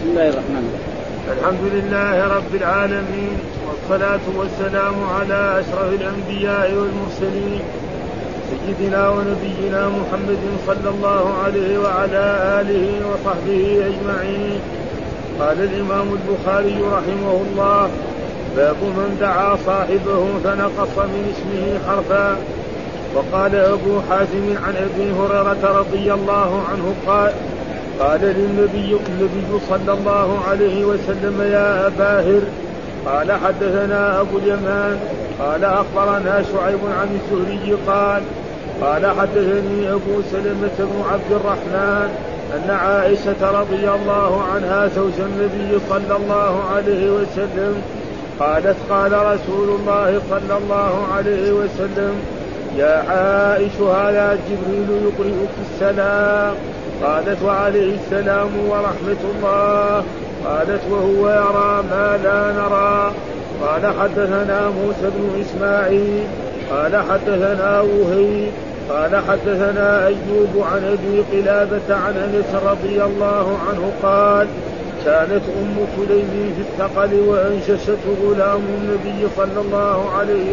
بسم الله الرحمن الرحيم. الحمد لله رب العالمين، والصلاة والسلام على أشرف الأنبياء والمرسلين سيدنا ونبينا محمد صلى الله عليه وعلى آله وصحبه أجمعين. قال الإمام البخاري رحمه الله: باب من دعا صاحبه فنقص من اسمه حرفا. وقال أبو حازم عن أبي هريرة رضي الله عنه قال للنبي صلى الله عليه وسلم: يا أبا هر. قال: حدثنا أبو اليمان قال: أخبرنا شعيب عن الزهري قال: حدثني أبو سلمة بن عبد الرحمن أن عائشة رضي الله عنها زوج النبي صلى الله عليه وسلم قالت: قال رسول الله صلى الله عليه وسلم: يا عائش، هذا جبريل يقرئك السلام. قالت: وعليه السلام ورحمة الله. قالت: وهو يرى ما لا نرى. قال: حدثنا موسى بن إسماعيل قال: حدثنا وهيب قال: حدثنا أيوب عن أبي قلابة عن أنس رضي الله عنه قال: كانت أم سليم في الثقل وأنششته غلام النبي صلى الله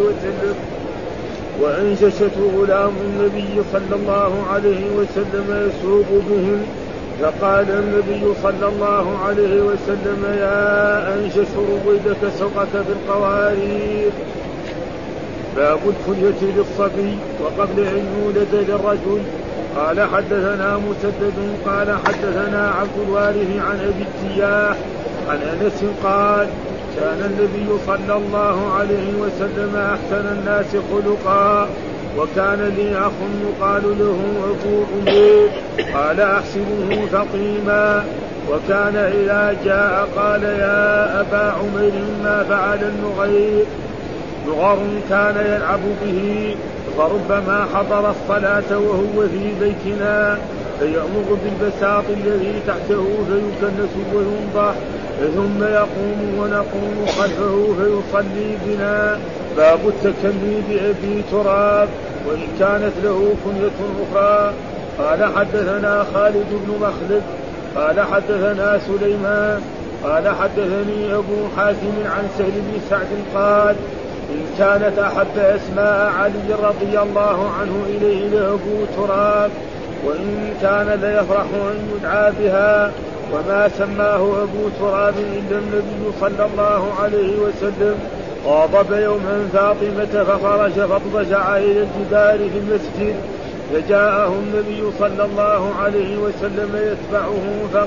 عليه وسلم يسوق بهم، فقال النبي صلى الله عليه وسلم: يا أنشش، رويدك سوقك بالقوارير. باب الكلية للصبي وقبل أن يولد للرجل. قال: حدثنا مسدد قال: حدثنا عبد الوارث عن أبي التياح عن أنس قال: كان النبي صلى الله عليه وسلم أحسن الناس خلقا، وكان لي أخ يقال له أبو عمير قال: أحسبه فقيما، وكان إذا جاء قال: يا أبا عمير، ما فعل النغير؟ نغر كان يلعب به، فربما حضر الصلاة وهو في بيتنا فيأمر بالبساط الذي تحته فيكنس وينضح، ثم يقوم ونقوم خلفه فيصلي بنا. باب التكني بأبي تراب وإن كانت له كنية أخرى. قال: حدثنا خالد بن مخلد قال: حدثنا سليمان قال: حدثني أبو حاتم عن سهل بن سعد قال: إن كانت أحب أسماء علي رضي الله عنه إليه لأبو تراب، وإن كان ليفرح أن يدعى بها، وما سماه أبو تراب إلا النبي صلى الله عليه وسلم. غاضب يوما فاطمة فخرج فاضطجع إلى الجدار في المسجد، فجاءه النبي صلى الله عليه وسلم يتبعه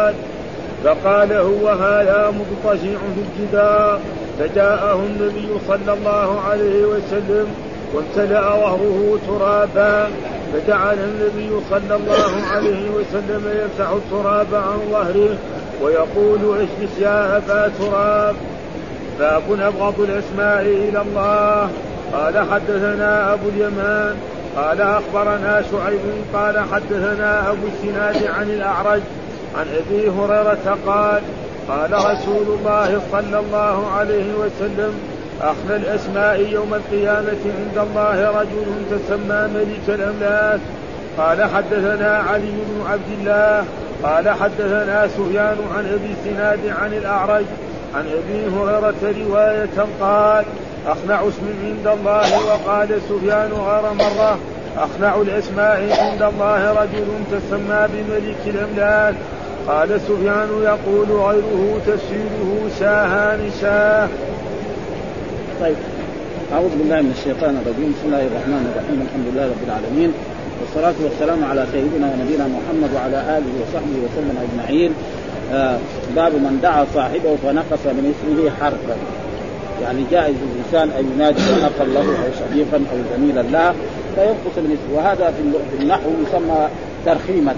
فقال: هو هذا مضطجع في الجدار. فجاءه النبي صلى الله عليه وسلم وامتلأ ظهره ترابا، فجعل النبي صلى الله عليه وسلم يمسح التراب عن ظهره ويقول: اشبس يا أبا تراب. باب أبغض الأسماء إلى الله. قال: حدثنا أبو اليمان قال: أخبرنا شعيب قال: حدثنا أبو السناد عن الأعرج عن أبي هريرة قال: قال رسول الله صلى الله عليه وسلم: أخنى الأسماء يوم القيامة عند الله رجل تسمى ملك الأملاك. قال: حدثنا علي بن عبد الله قال: حدثنا سفيان عن أبي السناد عن الأعرج عن أبي هريرة رواية قال: أخنع اسم عند الله. وقال سفيان غير مرة: أخنع الأسماء عند الله رجل تسمى بملك الأملاك. قال سفيان: يقول غيره تفسيره شاهان شاه. طيب، أعوذ بالله من الشيطان الرجيم. بسم الله الرحمن الرحيم. الحمد لله رب العالمين، والصلاة والسلام على سيدنا ونبينا محمد وعلى آله وصحبه وسلم أجمعين. باب من دعا صاحبه فنقص من اسمه حرفا. يعني جائز الإنسان أن ينادي أخا له أو صديقا أو زميلا له فينقص من اسمه، وهذا في النحو يسمى ترخيما.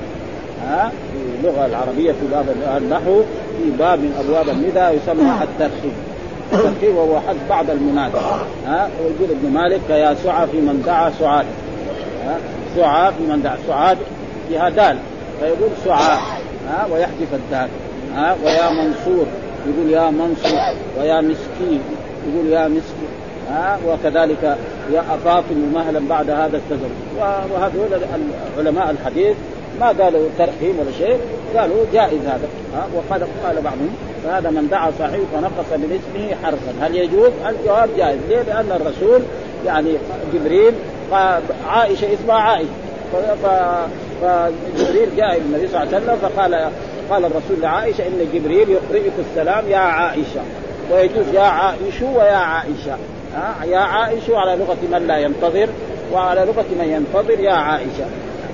في اللغة العربية في باب النحو في باب من أبواب النداء يسمى الترخيم. الترخيم وهو حد بعض المنادى. ويقول ابن مالك: يا سعى في من دعا سعاد. سعى في من دعا سعاد فيها دال فيقول سعى، ويحذف الدال. ويا منصور يقول يا منصور، ويا مسكين يقول يا مسكين. وكذلك يا فاطم مهلا بعد هذا التزوج. وهذول علماء الحديث ما قالوا ترحيم ولا شيء، قالوا جائز هذا. وقال بعضهم فهذا من دعا صاحبه فنقص من اسمه حرفا هل يجوز؟ الجواب جائز. ليه؟ لأن الرسول يعني جبريل عائشة اسمها عائشة، فجبريل جاء النبي صلى الله عليه وسلم قال الرسول لعائشة إن جبريل يقرئك السلام يا عائشة، ويجوز يا عائش ويا عائشة. يا عائش على لغة من لا ينتظر، وعلى لغة من ينتظر يا عائشة.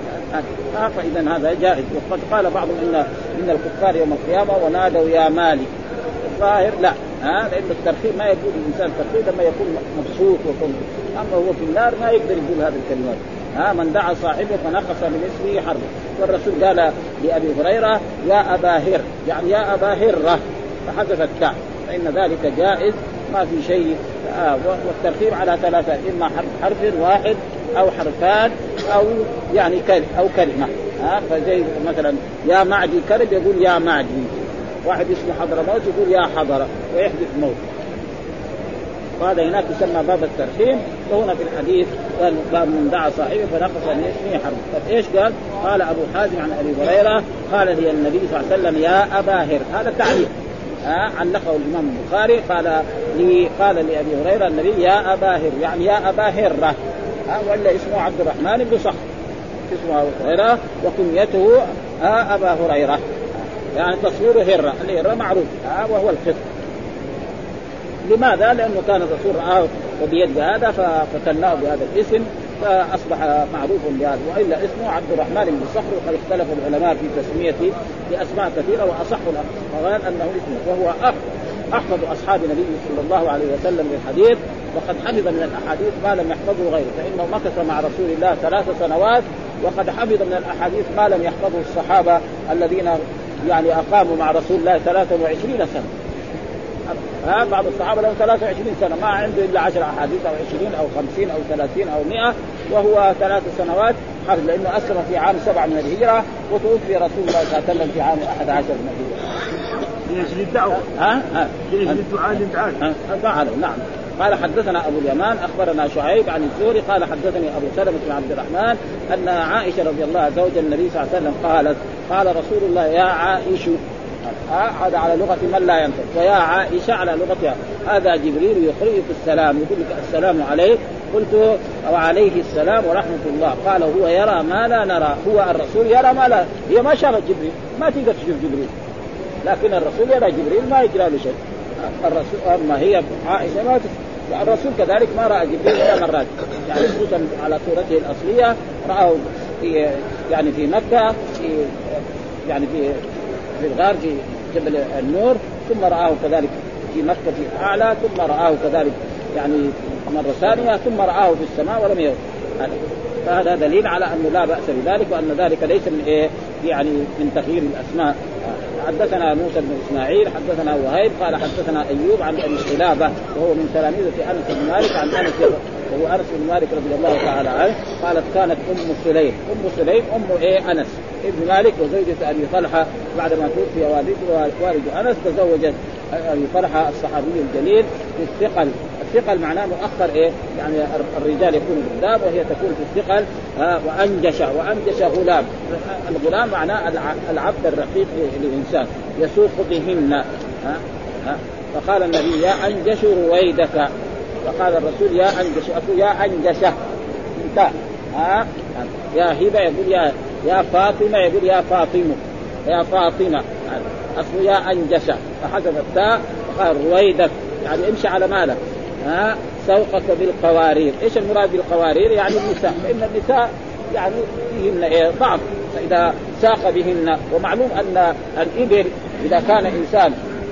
فإذا هذا جائز. وقد قال بعضهم إن الكفار يوم القيامة ونادوا يا مالك. الظاهر لا، لأن الترحيب ما يكون الإنسان ترحيب لما يكون مبسوط وكل، أما هو في النار ما يقدر يقول هذه الكلمات. من دعا صاحبه فنقص من اسمه حرفا. والرسول قال لأبي هريرة يا أبا هر، يعني يا أبا هرة، فحذف التاء، فإن ذلك جائز ما في شيء. والترحيب على ثلاثة، إما حرف واحد أو حرفان أو يعني كلمة. فزي مثلا يا معدي كرب يقول يا معدي، واحد اسمه حضرموت يقول يا حضر ويحدث موت. وهذا هناك يسمى باب الترحيم. وهنا في الحديث قال باب من دعا صاحبه فنقص من اسمه حرف. طب ايش قال؟ قال ابو حازم عن ابي هريره قال لي النبي صلى الله عليه وسلم يا ابا هر. هذا تعليق علقه الامام البخاري. قال لابي هريره النبي يا ابا هر، يعني يا ابا هره. ولا اسمه عبد الرحمن بن صخر، اسمه ابو هريره وكنيته ابا هريره، يعني تصويره هره. الهره معروف وهو القط. لماذا؟ لأنه كان الرسول رآه وبيد هذا فكناه بهذا الاسم فأصبح معروفا بهذا. وإلا اسمه عبد الرحمن بن صخر. وقد اختلف العلماء في تسميته بأسماء كثيرة، وأصح الأقوال أنه اسمه. وهو أحفظ أصحاب النبي صلى الله عليه وسلم للحديث، وقد حفظ من الأحاديث ما لم يحفظه غيره، فإنه مكث مع رسول الله 3 سنوات، وقد حفظ من الأحاديث ما لم يحفظه الصحابة الذين يعني أقاموا مع رسول الله 23 سنة. بعض الصحابة لهم 23 سنة ما عنده إلا 10 أحاديث أو 20 أو 50 أو 30 أو 100، وهو 3 سنوات حفظ، لأنه أسلم في عام 7 من الهجرة، وتوفي رسول الله صلى الله عليه وسلم في عام 11 من الهجرة. لأجل الدعوة. لأجل الدعاء. نعم. قال حدثنا أبو اليمان أخبرنا شعيب عن الزهري قال حدثني أبو سلمة بن عبد الرحمن أن عائشة رضي الله عنها زوج النبي صلى الله عليه وسلم قالت قال رسول الله يا عائشة. هذا على لغة من لا ينطق، ويا عائشة على لغتها. هذا جبريل يقرئك السلام، يقول لك السلام عليك. قلت وعليه السلام ورحمة الله. قال هو يرى ما لا نرى. هو الرسول يرى ما لا، هي ما شافت جبريل، ما تقدر تشوف جبريل، لكن الرسول يرى جبريل ما يجرى له شيء. الرسول أما هي عائشة ما الرسول كذلك ما رأى جبريل ولا مرات، يعني خصوصا على صورته الأصلية رأه في مكة يعني في الغار في جبل النور، ثم رآه كذلك في مكة في أعلى، ثم رآه كذلك يعني مرة ثانية، ثم رآه في السماء ولم يرى. فهذا دليل على أنه لا بأس بذلك، وأن ذلك ليس من يعني من تغيير الأسماء. حدثنا موسى بن إسماعيل حدثنا وهيب قال حدثنا أيوب عن أبي قلابة وهو من تلاميذة أنس بن مالك عن أنس وهو أنس بن مالك رضي الله تعالى عنه. قالت كانت أم سليم أنس ابن مالك وزوجة أبي طلحة بعدما توفي والد أنس تزوجت أبي طلحة الصحابي الجليل في الثقل معناه مؤخر يعني الرجال يكونوا قدام وهي تكون في الثقل. وأنجش غلام. الغلام معناه العبد الرقيق للإنسان يسوق بهن. فقال النبي يا أنجش رويدك، فقال الرسول يا أنجش أكو يا أنجشة انت. يا هبة يقول يا فاطمة يقول يا فاطمة أصله يا أنجشة، فحذف التاء وقال رويدك يعني امشي على مالك. سوقك بالقوارير. ايش المراد بالقوارير؟ يعني النساء، فإن النساء يعني فيهن ضعف، فإذا ساق بهن. ومعلوم أن الإبل إذا كان إنسان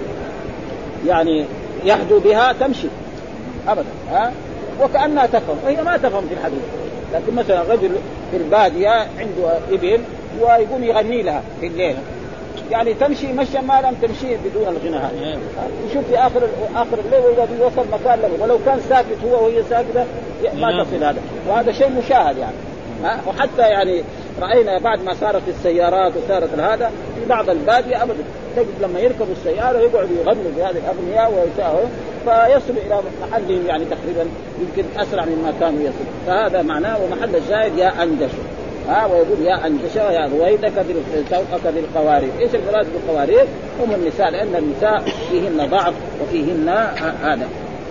يعني يهدو بها تمشي أبدا وكأنها تفهم، وهي ما تفهم في الحديث. لكن مثلا رجل في البادية عنده إبل ويقوم يغني لها في الليل، يعني تمشي مشى ما لم تمشي بدون الغناء. يشوف في آخر الليل وإذا وصل مكان له، ولو كان ساكت هو وهي ساكتة ما تصل هذا، وهذا شيء مشاهد يعني. وحتى يعني رأينا بعد ما صارت السيارات وصارت هذا في بعض البادية أبدا تجد لما يركبوا السيارة يقعدوا يغنوا بهذه الأغنية ويساهوا فيصلوا إلى محلهم يعني تقريبا يمكن أسرع مما كانوا يصلوا. فهذا معناه ومحل الشاهد يا أنجش. ويقول يا أنجشة يا رويدك سوقك بالقوارير. إيش المراد بالقوارير؟ هم النساء، لأن النساء فيهن ضعف وفيهن هذا.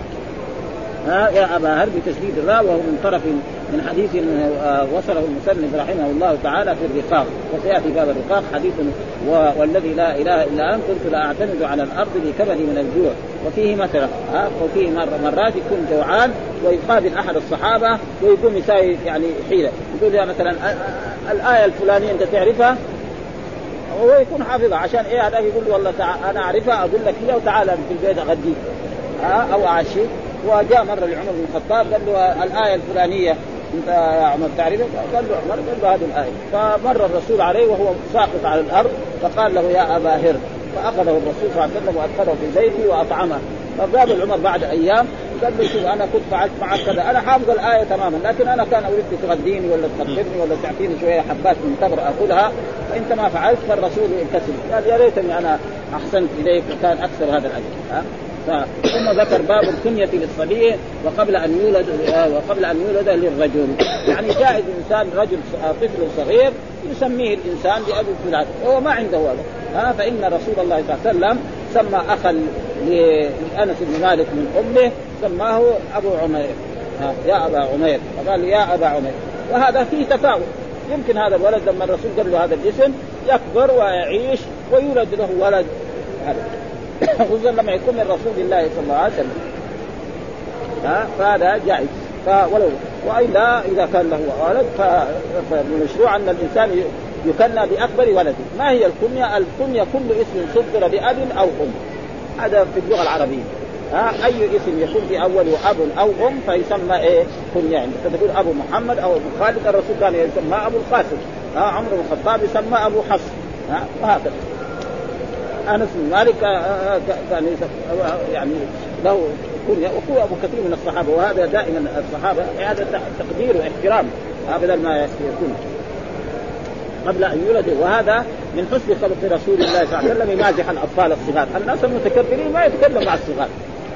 يا أبا هر بتشديد الراء، وهو من طرف من حديث وصله المسلم رحمه الله تعالى في الرقاق، وسيأتي باب الرقاق حديث والذي لا إله إلا أنت كنت لا أعتمد على الأرض لكبدي من الجوع. وفيه مثلا وفيه مرات يكون جوعان ويقابل أحد الصحابة ويكون يساوي يعني حيلة، يقول يا مثلا الآية الفلانية أنت تعرفها، وهو يكون حافظها عشان إيه؟ هذا يقول والله أنا أعرفها أقول لك هي وتعالى في البيت أغديك أو عاشي. وجاء مرة لعمر بن الخطاب قال له الآية الفلانية أنت يا عمر تعرفها؟ قال له عمر قال له هذه الآية. فمر الرسول عليه وهو ساقط على الأرض فقال له يا أبا هر، فأخذه الرسول صلى الله عليه وسلم وأدخله في بيته وأطعمه. فقابل عمر بعد أيام قال له شوف أنا كنت فعلت معك كذا، أنا حافظ الآية تماما، لكن أنا كان أريد تغديني ولا تخبرني ولا تعطيني شوية حبات من تمر أكلها، فأنت ما فعلت. فالرسول انكسر قال يا ريتني أنا أحسنت إليك وكان أكثر هذا الأجر. ثم ذكر باب الكنية للصبي وقبل أن يولد للرجل. يعني جائز إنسان رجل طفل صغير يسميه الإنسان بأبي فلان وهو ما عنده ولد. فإن رسول الله صلى الله عليه وسلم سمى أخا لأنس بن مالك من أمه سماه أبو عمير، يا أبا عمير، فقال يا أبا عمير. وهذا فيه تفاؤل، يمكن هذا الولد لما الرسول قال له هذا الاسم يكبر ويعيش ويولد له ولد، خصوصا لما يكون من رسول الله صلى الله عليه وسلم. فهذا جائز. ولو وإلا إذا كان له ولد فمشروع أن الإنسان يكنى بأكبر ولده. ما هي الكنية؟ الكنية كل اسم صدر بأب أو أم، هذا في اللغة العربية. أي اسم يكون بأول أب أو أم فيسمى إيه؟ كنية. يعني تقول أبو محمد أو أبو خالد، الرسول كان يسمى أبو القاسم، عمر بن الخطاب يسمى أبو حفص، وهكذا. أنس بن مالك كان يعني له كنية، وهو أبو كثير من الصحابة، وهذا دائما الصحابة هذا تقدير واحترام بدل ما يكون قبل أن يولد. وهذا من حسن خلق رسول الله صلى الله عليه وسلم يمازح الأطفال الصغار. الناس المتكبرين ما يتكلم مع الصغار،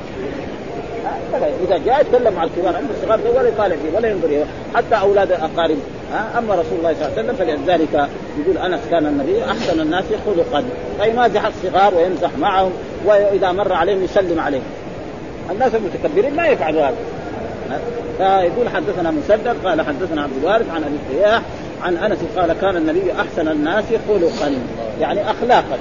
إذا جاء يتكلم مع الكبار، أما الصغار ولا يطالع فيه ولا ينظر إليه حتى أولاد أقارب. أما رسول الله صلى الله عليه وسلم فلذلك يقول أنس كان النبي أحسن الناس خلقا، فيمازح الصغار ويمزح معهم، وإذا مر عليهم يسلم عليهم. الناس المتكبرين ما يفعلوا هذا. فيقول حدثنا مسدد قال حدثنا عبد الوارث عن أبي التياح عن أنس قال كان النبي أحسن الناس خلقا، يعني أخلاقا.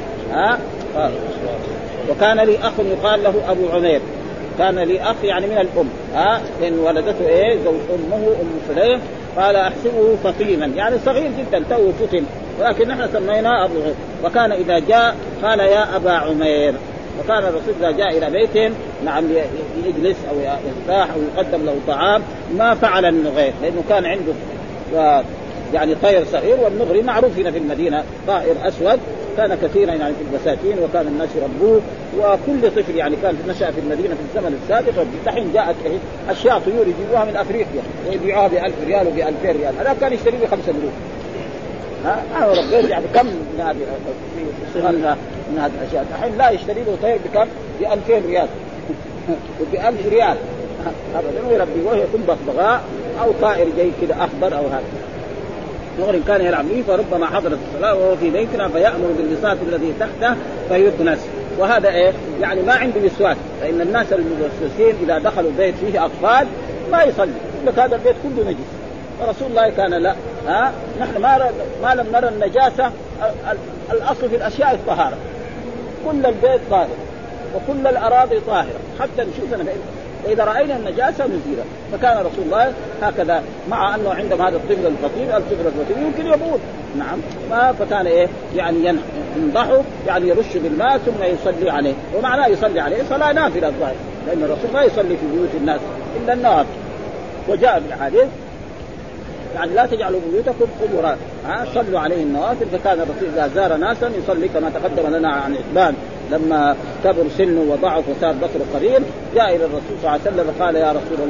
وكان لي أخ يقال له أبو عمير، كان لي أخ يعني من الأم، لأن ولدته زوج أمه أم سليم، قال أحسبه فطيما، يعني صغير جدا تو فطن، ولكن نحن سميناه أبو عمير. وكان إذا جاء قال يا أبا عمير. وكان الرسول إذا جاء إلى بيت يجلس أو يرتاح أو يقدم له طعام ما فعل النغير، لأنه كان عنده يعني طير صغير، والنغري معروفين في المدينة طائر أسود كان كثيرا يعني في البساتين، وكان الناس يربوه، وكل طفل يعني كان نشأ في المدينة في الزمن السابق. دحين جاءت أشياء طيور يجيبوها من أفريقيا يبيعوها ب1000 ريال وب2000 ريال، هذا كان يشتري ب5 مليون. أنا ربيت يعني كم من هذه في صغرنا من هذه الأشياء، دحين لا يشتري له طير بكم؟ ب2000 ريال وب1000 ريال أبدا، ويربي وهي يكون بغبغاء أو طائر جاي كده أخضر أو هذا. نغر كان يلعب به، فربما حضرت الصلاة وهو في بيتنا فيأمر بالبساط الذي تحته فيكنس. وهذا يعني ما عنده وسواس، فإن الناس الموسوسين إذا دخلوا بيت فيه أطفال ما يصلي، يقول لك هذا البيت كله نجس. ورسول الله كان لا، نحن ما لم نرى النجاسة. الأصل في الأشياء الطهارة، كل البيت طاهر وكل الأراضي طاهرة، حتى نشوفنا إذا رأينا النجاسة نزيلها. فكان رسول الله هكذا، مع أنه عندما هذا الطفل الفطير يمكن يبول، نعم، فكان يعني ينضحه، يعني يرش بالماء ثم يصلي عليه. ومعناه يصلي عليه صلاة نافلة الظاهر، لأن الرسول ما يصلي في بيوت الناس إلا النوافل. وجاء بالحديث يعني لا تجعلوا بيوتكم قبورا، صلوا عليه النوافل. فكان الرسول إذا زار ناسا يصلي، كما تقدم لنا عن إثبان لما كبر سنه وضعف وصار بصره قليل، جاء إلى الرسول صلى الله عليه وسلم قال يا رسول الله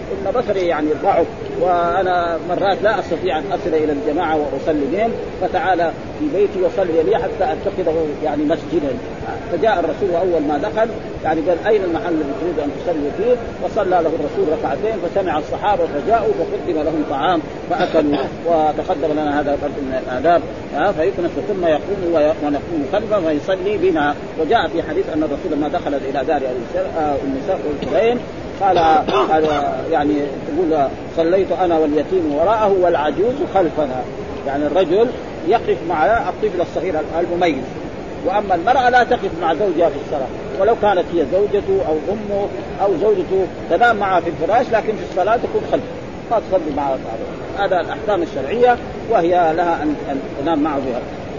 إن بصري يعني ضعف وأنا مرات لا أستطيع أن أصل إلى الجماعة وأصلي بهم، فتعالى في بيتي وصلي لي حتى أتخذه يعني مسجدا. فجاء الرسول أول ما دخل يعني قال أين المحل الذي تريد أن تصلي فيه؟ وصلى له الرسول ركعتين، فسمع الصحابة فجاءوا فقدم لهم طعام فأكلوا. وتقدم لنا هذا من الآداب. فيكنس ثم يقوم ونقوم خلفه ويصلي بنا. وجاء في حديث أن الرسول لما دخل إلى دار النساء والكلين قال يعني تقول صليت أنا واليتيم وراءه والعجوز خلفنا، يعني الرجل يقف مع الطفل الصغير المميز، وأما المرأة لا تقف مع زوجها في الصلاة، ولو كانت هي زوجته أو أمه أو زوجته تنام معها في الفراش، لكن في الصلاة تكون خلفه ما تصلي معها. هذا الأحكام الشرعية وهي لها أن تنام معه بها.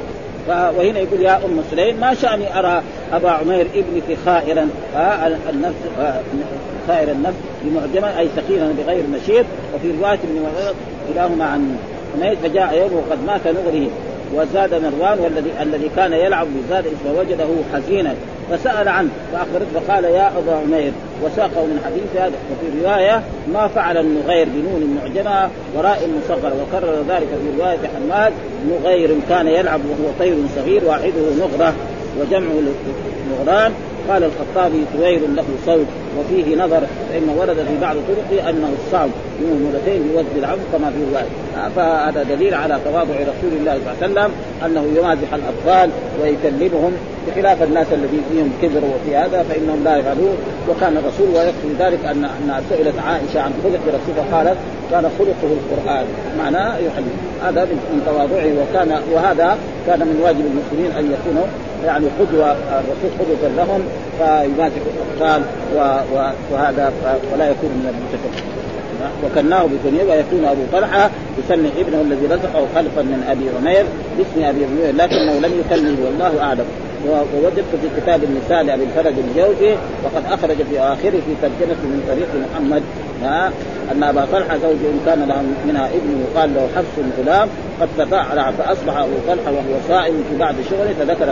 وهنا يقول يا أم سليم ما شأني أرى أبا عمير ابنك خائرا النفس خائر النفس بمعجمة أي سخيرا بغير نشيط. وفي رواية ابن مغيرة كلاهما عن حميد فجاء يوم وقد مات نغره. وزاد مروان الذي كان يلعب بزاد فوجده حزينا فسأل عنه فأخبرته فقال يا أبا عمير وساقه من حديث هذا. وفي رواية ما فعل النغير بنون معجمة وراء مصغر. وكرر ذلك في رواية حماد نغير كان يلعب وهو طير صغير واحده نغرة وجمعه نغران. قال الخطابي طوير له صوت وفيه نظر، فإن ورد في بعض طرقه أنه الصعب بمهملتين بوزن العبد كما في الرواية. فهذا دليل على تواضع رسول الله صلى الله عليه وسلم أنه يمازح الأطفال ويكلمهم بخلاف الناس الذين فيهم كبر وفي هذا فإنهم لا يفعلون. وكان الرسول ويكفي ذلك أن سئلت عائشة عن خلق الرسول فقالت كان خلقه القرآن، معناه يحب. هذا من تواضعه وهذا كان من واجب المسلمين أن يكونوا يعني قدوة الرسول قدوة لهم فيمازح الأطفال وهذا ولا يكون من المتكبر. وكناه بكنيه ويكون أبو طلحة يسمي ابنه الذي رزقه خلفا من أبي عمير باسم أبي عمير لكنه لم يكنه والله أعلم. ووجدت في كتاب النساء لأبي الفرج الجوزي وقد أخرج في آخره في ترجمة من طريق محمد أن أبا طلحة زوج كان له منها ابن يقال له حفص غلام قد تفاعل فأصبح أبو طلحة وهو صائم في بعض شغله فذكر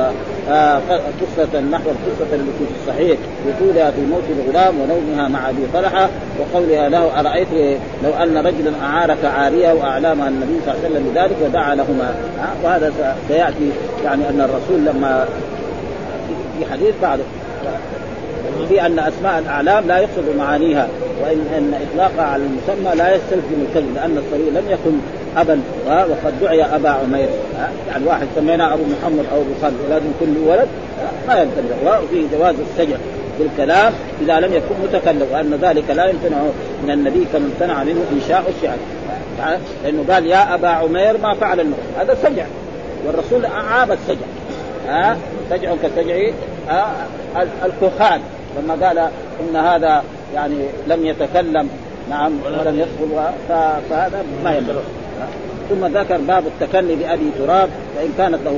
قصة نحو القصة التي في الصحيح بطولها في موت الغلام ونومها مع أبي طلحة وقولها له أرأيت لو أن رجلا أعارك عارية وأعلامها النبي صلى الله عليه وسلم بذلك ودعا لهما. وهذا سيأتي يعني أن الرسول لما في حديث بعده في أن أسماء الأعلام لا يقصد معانيها وإن إطلاقها على المسمى لا يستلزم الكذب لأن الصغير لم يكن أبا وقد دعي أبا عمير يعني واحد سمينا أبو محمد أو أبو خالد لازم كل ولد ما يمتنع. وفي جواز السجع بالكلام إذا لم يكن متكلم وأن ذلك لا يمتنع من النبي كما امتنع منه إنشاء الشعر لأنه قال يا أبا عمير ما فعل النور هذا سجع والرسول عاب السجع سجع كسجع الكخان لما قال إن هذا يعني لم يتكلم نعم ولم يدخل فهذا ما ينبغي. ثم ذكر باب التكني بأبي تراب فإن كانت له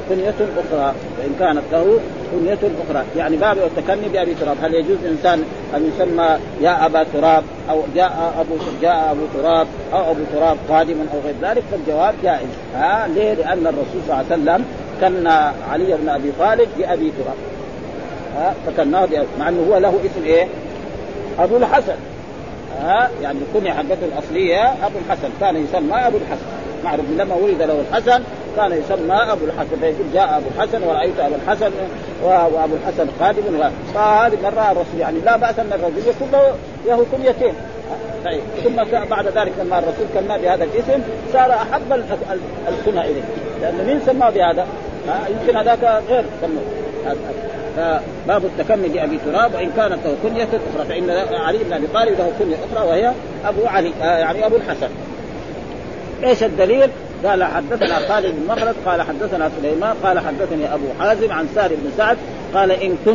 كنية أخرى يعني باب التكني بأبي تراب هل يجوز إنسان أن يسمى يا أبا تراب أو جاء أبو تراب أو أبو تراب قادما أو غير ذلك؟ فالجواب جائز. ليه؟ لأن الرسول صلى الله عليه وسلم كان علي بن أبي طالب بأبي تراب فكناه مع أنه هو له اسم إيه أبو الحسن يعني الكنية حقته الأصلية أبو الحسن كان يسمى أبو الحسن معروف لما ولد له الحسن كان يسمى أبو الحسن فيقول جاء أبو الحسن ورأيت أبو الحسن وأبو الحسن خادم فهذه مرة الرسول يعني لا بأس أن الرجل يكون له كنيتين. ثم بعد ذلك لما الرسول كنا بهذا الاسم صار أحب الكنى إليه لأن من سماه بهذا يمكن هذاك غير سماه. فباب التكني بأبي تراب وإن كانت له كنية أخرى فإن علي بن أبي طالب له كنية أخرى وهي أبو علي يعني أبو الحسن. إيش الدليل؟ قال حدثنا خالد بن مخلد قال حدثنا سليمان قال حدثني أبو حازم عن سالم بن سعد قال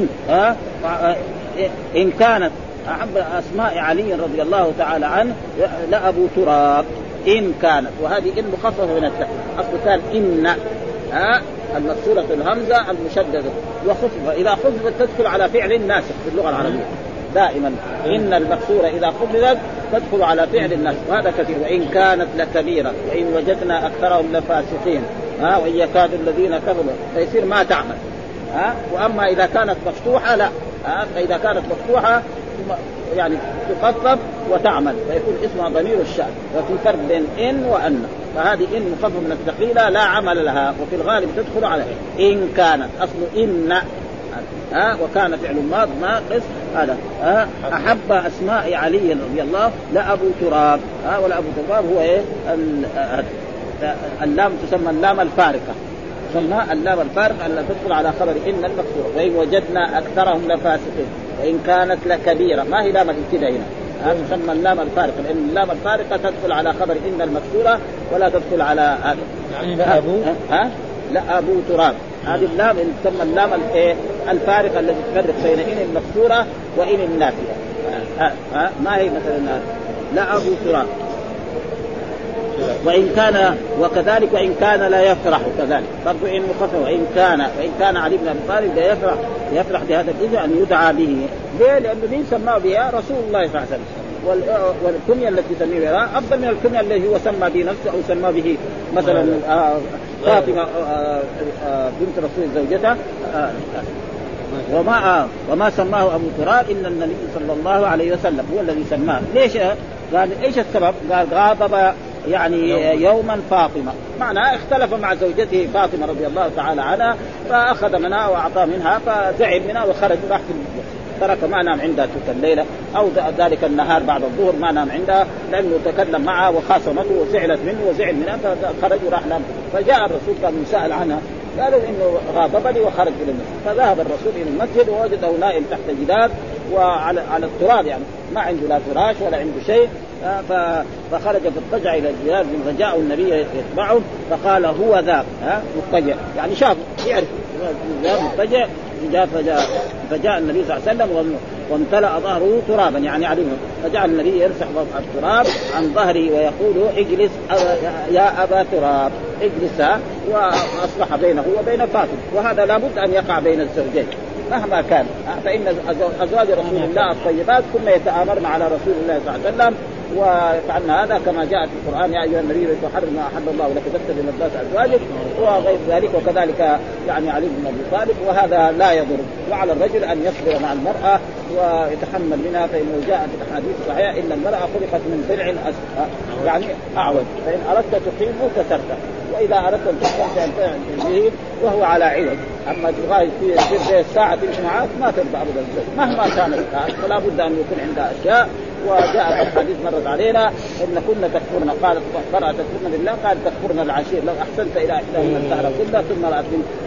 إن كانت أحب أسماء علي رضي الله تعالى عنه لأبو تراب إن كانت وهذه إن مخففة من التاء أصل كان إن المكسورة الهمزة المشددة وخففة إذا خففت تدخل على فعل ناسخ في اللغة العربية دائما إن المكسورة إذا خففت تدخل على فعل الناسخ وهذا كثير. وإن كانت لكبيرة وإن وجدنا أكثرهم لفاسقين وإن يكاد الذين كفروا فيصير ما تعمل. وأما إذا كانت مفتوحة لا فإذا كانت مفتوحة يعني تخفف وتعمل فيكون اسمها ضمير الشأن. وفي فرق بين إن وأن، فهذه إن مخفف من الثقيلة لا عمل لها، وفي الغالب تدخل على إن كانت أصل إن وكان فعل ماض ناقص هذا. أحب أسماء علي رضي الله لأبو تراب، ولا أبو تراب هو إيه اللام تسمى اللام الفارقة، تسمى اللام الفارقة التي تدخل على خبر إن المكسورة. وإن وجدنا أكثرهم لفاسقين وإن كانت لكبيرة، ما هي لام الابتداء هنا، تسمى اللام الفارقة لأن اللام الفارقة تدخل على خبر إن المكسورة ولا تدخل على يعني أبو لا أبو تراب. هذه اللام تسمى اللام الفارقة التي تفرق بين إن المكسورة وإن النافية. ما هي مثلا لا أبو تراب. وإن كان وكذلك وإن كان لا يفرح كذلك برضو إن مخفف. وإن كان علي بن أبي طالب لا يفرح بهذا الجزء أن يدعى به. ليه؟ لأنه مين سماه بها؟ رسول الله صلى الله عليه وسلم. والكنية التي سميه بها أفضل من الكنية التي هو سمى به نفسه أو سمى به مثلا فاطمة بنت رسول زوجته. وما سماه أبو تراب إن النبي صلى الله عليه وسلم هو الذي سماه. ليش؟ قال إيش السبب؟ قال غاضب يعني يوما فاطمة، معناه اختلف مع زوجته فاطمة رضي الله تعالى عنها، فأخذ منها وأعطى منها فزعل منها وخرج راح ترك ما نام عندها تلك الليلة أو ذلك النهار بعد الظهر ما نام عندها، لأنه تكلم معها وخاصمته وزعلت منه وزعل منها فخرج وراح نام. فجاء الرسول كان يسأل عنها قالوا إنه غاضبني وخرج إلى المسجد. فذهب الرسول إلى المسجد ووجده نائم تحت جدار وعلى التراب، يعني ما عنده لا فراش ولا عنده شيء. فخرج في الضجع إلى الجدار فجاء النبي يتبعه فقال هو ذاك مضطجع، يعني شاف يعرف مضطجع. فجاء النبي صلى الله عليه وسلم وامتلأ ظهره ترابا يعني علمه، فجعل النبي يمسح التراب عن ظهره ويقول اجلس يا أبا تراب اجلس، وأصبح بينه وبين فاطمة. وهذا لابد أن يقع بين الزوجين مهما كان، فإن أزواج رسول الله الطيبات كنا يتآمرن على رسول الله صلى الله عليه وسلم وفعلنا هذا كما جاء في القرآن يا أيها النبي لا تحرم ما أحل الله لك تبتغي مرضات أزواجك وغير ذلك. وكذلك يعني علي بن أبي طالب، وهذا لا يضر. وعلى الرجل أن يصبر مع المرأة ويتحمل منها، فإنه جاء في الأحاديث الصحيحة إن المرأة خلقت من ضلع يعني أعوج، فإن أردت تقيمه كسرته وإذا أردت أن تحكم به وهو على عوج. أما تبغى في الساعة تمشي معك ما ترضى أبدا مهما كانت، فلا بد أن يكون عندها أشياء. وجاء الحديث مرت علينا إن كنا تكفرنا، قالت قرأت تكفرنا بالله، قال تكفرنا العشير لو أحسنت إلى إحداهن الدهر كله ثم رأت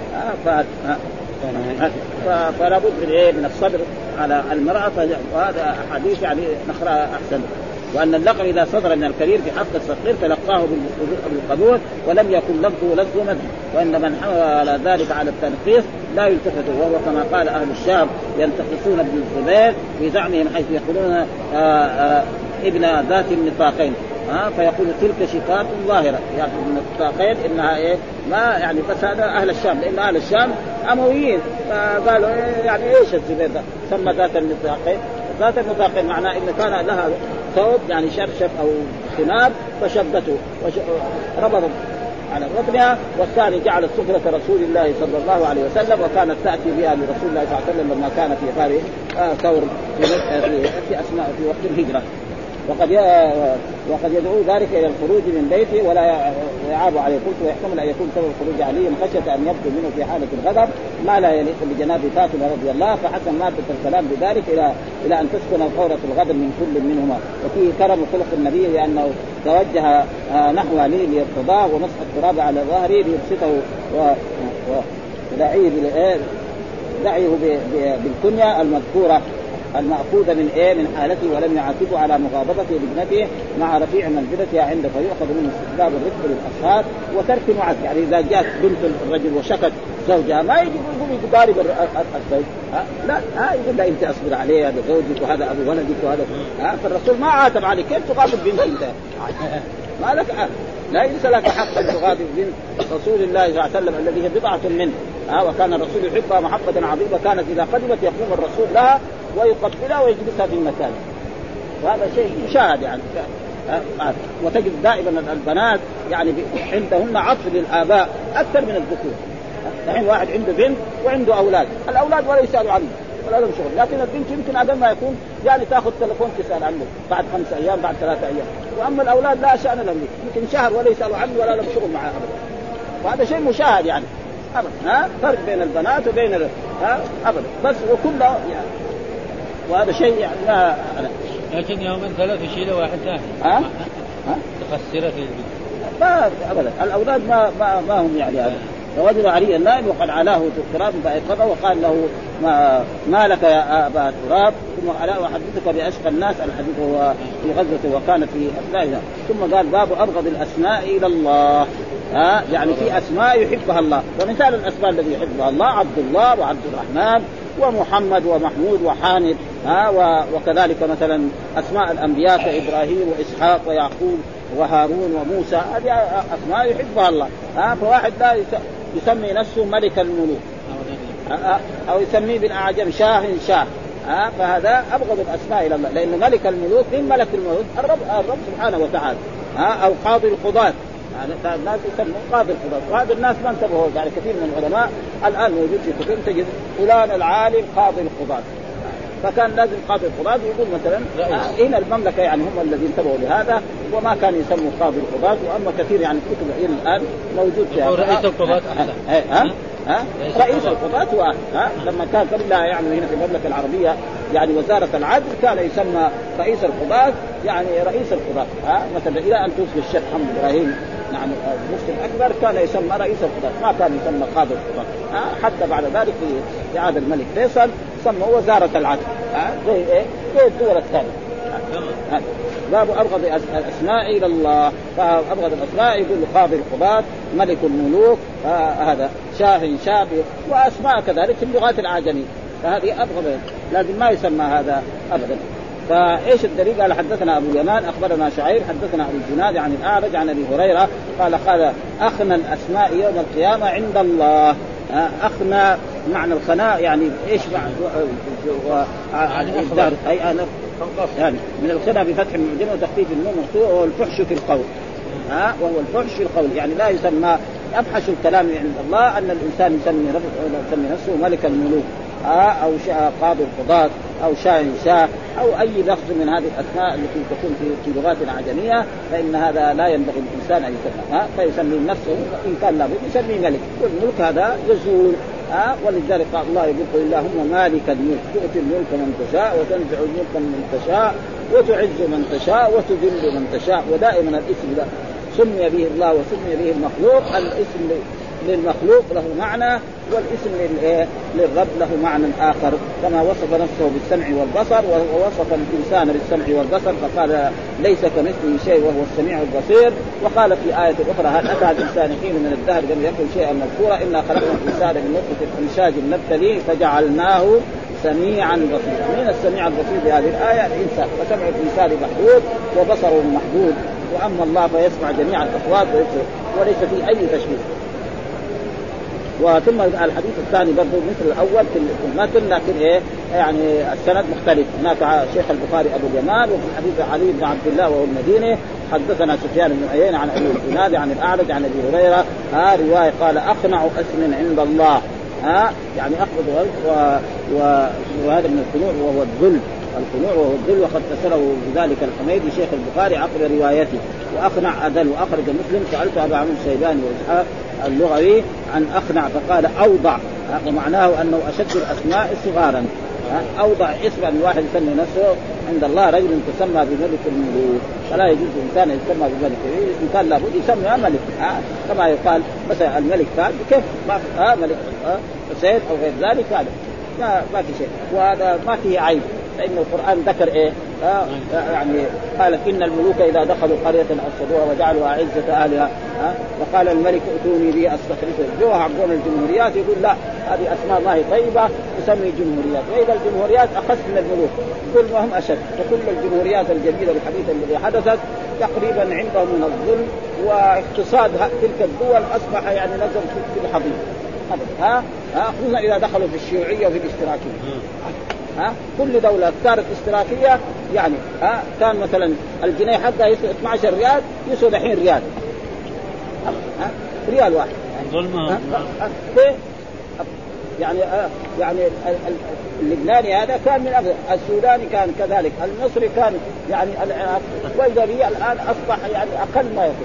فلا بد من الصبر على المرأة. وهذا حديث يعني نقرأ أحسن. وأن اللقب إذا صدر من الكبير في حق الصغير تلقاه بالقبول ولم يكن لفظه لفظ مد، وإن من حمل على ذلك على التنقيص لا يلتفت، وهو كما قال أهل الشام ينتقصون ابن الزبير في زعمهم حيث يقولون ابن ذات النطاقين، فيقول تلك شقاق ظاهرة يعني النطاقين إنها إيه ما يعني. بس هذا أهل الشام، لأن أهل الشام أمويين، فقالوا يعني إيش الزبير ده سمى ذات النطاقين. ذات النطاقين معناه إن كان لها ثوب يعني شرشف أو خناب فشبته ربطت على ركنها، والثاني جعل سفرة رسول الله صلى الله عليه وسلم وكانت تأتي بها لرسول الله صلى الله عليه وسلم لما كان في غار ثور في أسماء في وقت الهجرة. وقد يدعو ذلك إلى الخروج من بيته ولا يعاب عليه. قلت ويحتمل أن يكون سبب الخروج عليه خشية أن يبدو منه في حالة الغضب ما لا يليق بجناب فاطمة رضي الله، فحسن مادة الكلام بذلك إلى أن تسكن الفورة الغضب من كل منهما. وفيه كرم خلق النبي لأنه توجه نحو علي ليرتضاه ومسح التراب على ظهره ليبسطه ودعيه بالكنية المذكورة المأخوذة من من حالته، ولم يعاتبه على مغاضبته لابنته مع رفيع منزلتها عنده، فيؤخذ منه استحباب الرفق للأصحاب وترك معك. يعني إذا جاءت بنت الرجل وشكت زوجها ما يجي يقول يقارب الزوج، لا يقول لا أنت أصبر عليه هذا زوجك وهذا أبو ولدك وهذا فالرسول ما عاتب عليك كيف تغاضب بنت أنت ما لك لا يليس لك حق أن تغاضب بنت رسول الله صلى الله عليه وسلم الذي هي بضعة منه. وكان الرسول يحبها محبة عظيمة، كانت إذا قدمت يقوم الرسول لها ويقبلها ويجلسها في مكانه، وهذا شيء يشاهد يعني. وتجد دائما البنات يعني عندهن عطف للآباء أكثر من الذكور. يعني واحد عنده بنت وعنده أولاد، الأولاد ولا يسألوا عنه ولا لهم شغل. لكن البنت يمكن أقل ما يكون يعني تأخذ تلفون تسأل عنه بعد 5 أيام بعد 3 أيام. وأما الأولاد لا شأن لهم، يمكن شهر ولا يسألوا عنه ولا لهم شغل معه أبدا. وهذا شيء مشاهد يعني أبدا. فرق بين البنات وبين أبدا بس وكله يعني. وهذا شيء يعني لا لكن يومين 3 يشيل واحد ثاني تخسرت ما أبدا. الأولاد ما هم يعني هذا. فوجد علي النائم وقد علاه تراب فأيقظه وقال له ما لك يا أبا تراب، ثم ألا أحدثك بأشقى الناس. الحديث هو في غزوة وكانت في أثنائها. ثم قال باب أبغض الأسماء إلى الله. يعني في أسماء يحبها الله، ومثال الأسماء الذي يحبها الله عبد الله وعبد الرحمن ومحمد ومحمود وحامد. وكذلك مثلا أسماء الأنبياء كإبراهيم وإسحاق ويعقوب وهارون وموسى، هذه أسماء يحبها الله. فواحد لا يسمي نفسه ملك الملوك أو يسميه بالأعجم شاه. فهذا أبغض الأسماء إلى الله، لأن ملك الملوك من ملك الملوك الرب سبحانه وتعالى. أو قاضي القضاة، يعني الناس يسمون قاضي القضاة، وهذا الناس ما انتبهوا. يعني كثير من العلماء الآن موجود في كتب تجد فلان العالم قاضي القضاة، فكان لازم قاضي القضاة يقول مثلا هنا المملكة، يعني هم الذين انتبهوا لهذا وما كان يسموا قاضي القضاة. وأما كثير يعني كتب إلى الآن موجود فيها رئيس القضاة رئيس القضاة. لما كان قبل يعني هنا في المملكة العربية يعني وزارة العدل كان يسمى رئيس القضاة، يعني رئيس القضاة. مثلا إلى أن توفي الشيخ محمد إبراهيم يعني المفتي الأكبر كان يسمى رئيس القضاة، ما كان يسمى قاضي القضاة. حتى بعد ذلك في عهد الملك فيصل سموا وزارة العدل زي الدول الثانية. باب أبغض الأسماء إلى الله. فأبغض الأسماء يقول قاضي القضاة، ملك الملوك، هذا شاه شابه، وأسماء كذلك في اللغات العجمية. فهذه أبغض، لازم ما يسمى هذا أبدا. فإيش الدليل؟ قال حدثنا أبو اليمان أخبرنا شعيب حدثنا أبو الجناد عن الأعرج عن أبي هريرة قال أخنى الأسماء يوم القيامة عند الله. أخنى معنى الخناء يعني إيش معنى يعني من الخناء بفتح المعجمة وتخفيف النون مفتوح، وهو الفحش في القول. وهو الفحش في القول يعني لا يسمى أفحش الكلام عند الله أن الإنسان يسمي نفسه ملك الملوك أو قاضي القضاة أو شاه أو أي لفظ من هذه الأسماء التي تكون في لغات عجمية، فإن هذا لا ينبغي الإنسان أن يسمى. فيسمي نفسه إن كان لابد يسمي ملك، والملك هذا يزول. ولذلك قال الله يقول اللهم مالك الملك تؤتي الملك من تشاء وتنزع الملك من تشاء وتعز من تشاء وتذل من تشاء. ودائما الاسم ده سمي به الله وسمي به المخلوق. الاسم للمخلوق له معنى، والاسم للرب له معنى آخر، كما وصف نفسه بالسمع والبصر ووصف الإنسان بالسمع والبصر فقال ليس كمثله شيء وهو السميع البصير. وقال في آية أخرى هل أتى الإنسان حين من الدهر لم يكن شيئا مذكورا إنا خلقنا الإنسان من نطفة أمشاج نبتليه فجعلناه سميعا بصيرا. من السميع البصير بهذه الآية الإنسان، فسمع الإنسان محدود وبصره محدود، وأما الله فيسمع جميع الأصوات وليس فيه أي تشبيه. وثم الحديث الثاني برضو مثل الأول في المتن، لكن يعني السند مختلف. هناك شيخ البخاري أبو اليمان، وفي حديث علي بن عبد الله وهو المديني حدثنا سفيان بن عيينة عن أبي الجناد عن الأعرج عن أبي هريرة رواية قال أخنع اسم عند الله يعني أخذ وهذا من الخنوع وهو الذل. الخنوع وهو الذل، وقد فسره بذلك الحميدي شيخ البخاري عقب روايته. وأخنع أذل. وأخرج مسلم سألت أبا عمرو الشيباني وإسحاق اللغوي عن أخنع فقال أوضع، ومعناه أنه أشد الأسماء صغارا. أوضع اسم أن واحد يسمي نفسه عند الله رجل تسمى بملك الملوك، فلا يجوز إنسان يسمى بملك. إن كان لابد يسمى ملك كما يقال مثلا الملك فهد كيف ملك سيد أو غير ذلك، هذا ما في شيء، وهذا ما فيه عيب، فإن القرآن ذكر يعني قال إن الملوك إذا دخلوا قرية أفسدوها وجعلوا أعزة أهلها وقال الملك ائتوني به أستخلفه. جوها عقون الجمهوريات يقول لا هذه أسماء الله طيبة تسمي جمهوريات، وإذا الجمهوريات أخص من الملوك كل ما هم أشد. وكل الجمهوريات الجديدة الحديثة التي حدثت تقريبا عندهم من الظلم واقتصاد تلك الدول أصبح يعني نزل في الحضيض. خصوصا إذا دخلوا في الشيوعية وفي الاشتراكية. كل دولة صارت اشتراكية يعني كان مثلا الجنيه حقها يسوى 12 ريال يسوى الحين ريال، ريال واحد. يعني اللبناني هذا كان من أفضل، السوداني كان كذلك، المصري كان يعني العراق، وإذا به الآن أصبح يعني أقل ما يكون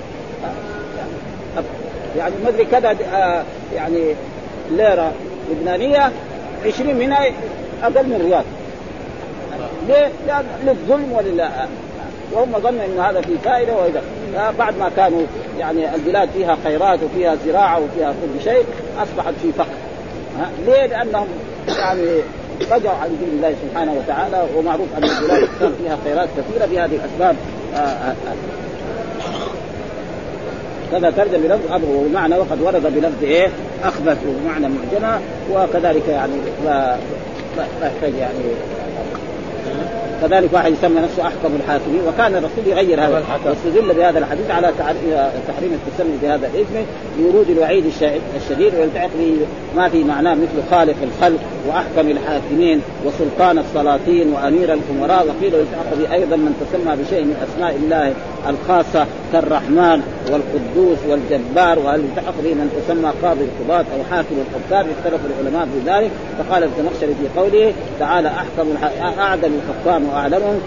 يعني ما أدري كذا يعني ليرة لبنانية 20 منها أقل من ريال. ليه؟ للظلم ولله، وهم ظنوا إن هذا فيه فائدة. وإذا بعد ما كانوا يعني البلاد فيها خيرات وفيها زراعة وفيها كل شيء أصبحت في فقر. ليه؟ لأنهم يعني رجعوا عن دين الله سبحانه وتعالى، ومعروف أن البلاد كان فيها خيرات كثيرة بهذه الأسباب. كذا ترجم بلفظ أبو ومعنى، وقد ورد بلفظ أخبث ومعنى معجمة، وكذلك يعني لا يحتاج يعني. كذلك واحد يسمى نفسه أحكم الحاكمين، وكان الرسول يغير هذا واستدل بهذا الحديث على تحريم التسمي بهذا الاسم لورود الوعيد الشديد، ويلتحق به ما في معناه مثل خالق الخلق وأحكم الحاكمين وسلطان السلاطين وأمير الأمراء. وقيل يلتحق به أيضا من تسمى بشيء من أسماء الله الخاصة كالرحمن والقدوس والجبار، وهل يلتحق به من تسمى قاضي القضاة أو حاكم الحكام. اختلف العلماء في ذلك، فقال الزمخشري في قوله تعالى أحكم أعدل الحكام وأعلمهم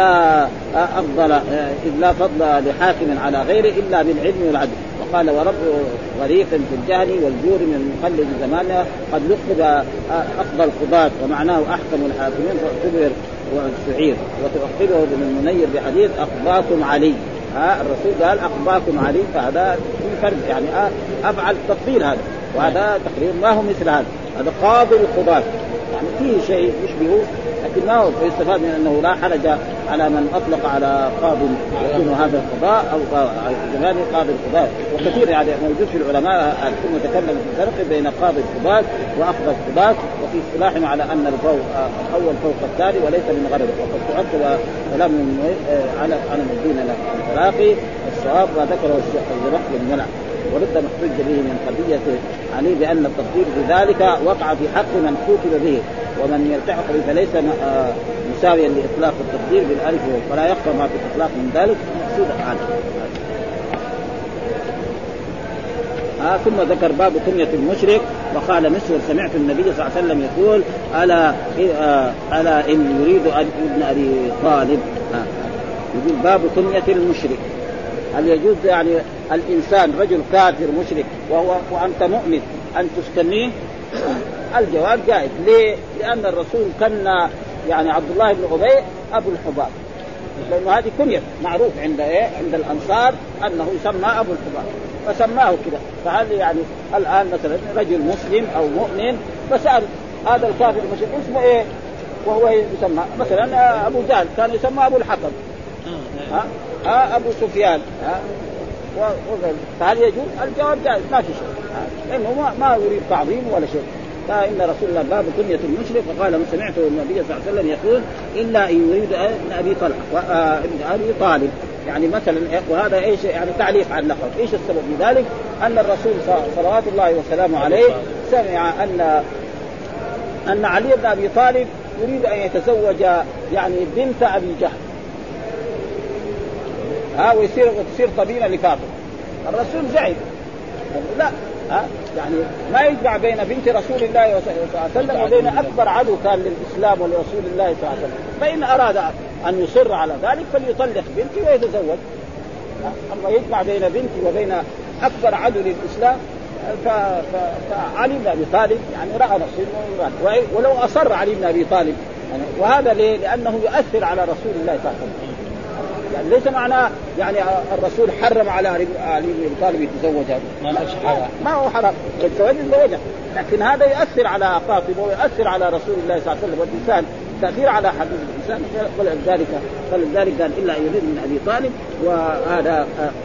إلا فضل لحاكم على غيره إلا بالعلم والعدل. وقال ورب غريق في الجهل والجور من المقلد زمانه قد لقب أفضل القضاة، ومعناه أحكم الحاكمين فاعتبر والسعير. وتؤخره ابن المنير بحديث أقضاكم علي، الرسول قال أقضاكم علي، فهذا في فرق يعني أفعل تفضيل هذا، وهذا تقرير ما هو مثل هذا قاضي القضاة، يعني فيه شيء يشبهه لكن ما هو. فيستفاد من أنه لا حرج على من أطلق على قاضي يكون هذا القضاء أو زمان قاضي القضاء. وكثير يعني موجود في العلماء ثم تكلم في الفرق بين قاضي القضاء وأخذ القضاء، وفي اصطلاحهم على أن الأول فوق الثاني وليس من غرب. وقد تعقب كلام على الدين العراقي الصواب وذكره الشيخ الزمخشري المنع، ورد محتج به من قضية علي بأن التفضيل بذلك وقع في حق من كتب به، ومن يلتحق به فليس مساويا لإطلاق التفضيل بالألف، ولا يخفى ما في الإطلاق من ذلك مقصود عنه. ثم ذكر باب كنية المشرك، وقال مسور سمعت النبي صلى الله عليه وسلم يقول ألا إن يريد ابن أبي طالب. يقول باب كنية المشرك، هل يجوز يعني الإنسان رجل كافر مشرك وأنت مؤمن أن تسكنيه؟ الجواب جائز. ليه؟ لأن الرسول كان يعني عبد الله بن أبي أبو الحباب، لأنه هذه كنية معروف عند الأنصار أنه يسمى أبو الحباب فسماه كذا. فهل يعني الآن مثلا رجل مسلم أو مؤمن فسأل هذا الكافر المشرك اسمه إيه وهو يسمى مثلا أبو جهل كان يسمى أبو الحكم، أبو سفيان، فهل يجوز؟ الجواب جائز ما في شيء، لأنه ما يريد تعظيم ولا شيء. فإن رسول الله باب كنية المشرك، وقال سمعت النبي صلى الله عليه وسلم يقول إلا إن يريد ابن أبي طلحة ابن أبي طالب، يعني مثلا. وهذا إيش يعني تعليق على اللقب. إيش السبب في ذلك؟ أن الرسول صلوات الله وسلامه عليه سمع أن علي بن أبي طالب يريد أن يتزوج يعني بنت أبي جهل، وتصير طبيعة لفاطمة. الرسول زعل لا، يعني ما يجمع بين بنت رسول الله صلى الله عليه وسلم وبين أكبر عدو كان للإسلام ولرسول الله صلى الله عليه وسلم. فإن أراد أن يصر على ذلك فليطلق بنتي ويتزوج. أما يجمع بين بنتي وبين أكبر عدو للإسلام، فعلي بن أبي طالب يعني رأى نفسه، ولو أصر علي بن أبي طالب يعني. وهذا ليه؟ لأنه يؤثر على رسول الله صلى الله عليه وسلم. يعني ليس معناه يعني الرسول حرم على علي بن أبي طالب يتزوجها، ما هو حرام الزواج يتزوجها، لكن هذا يؤثر على فاطمة ويؤثر على رسول الله صلى الله عليه وسلم. والإنسان تأثير على حديث الإنسان، فلذلك قال إلا يريد من أبي طالب. وهذا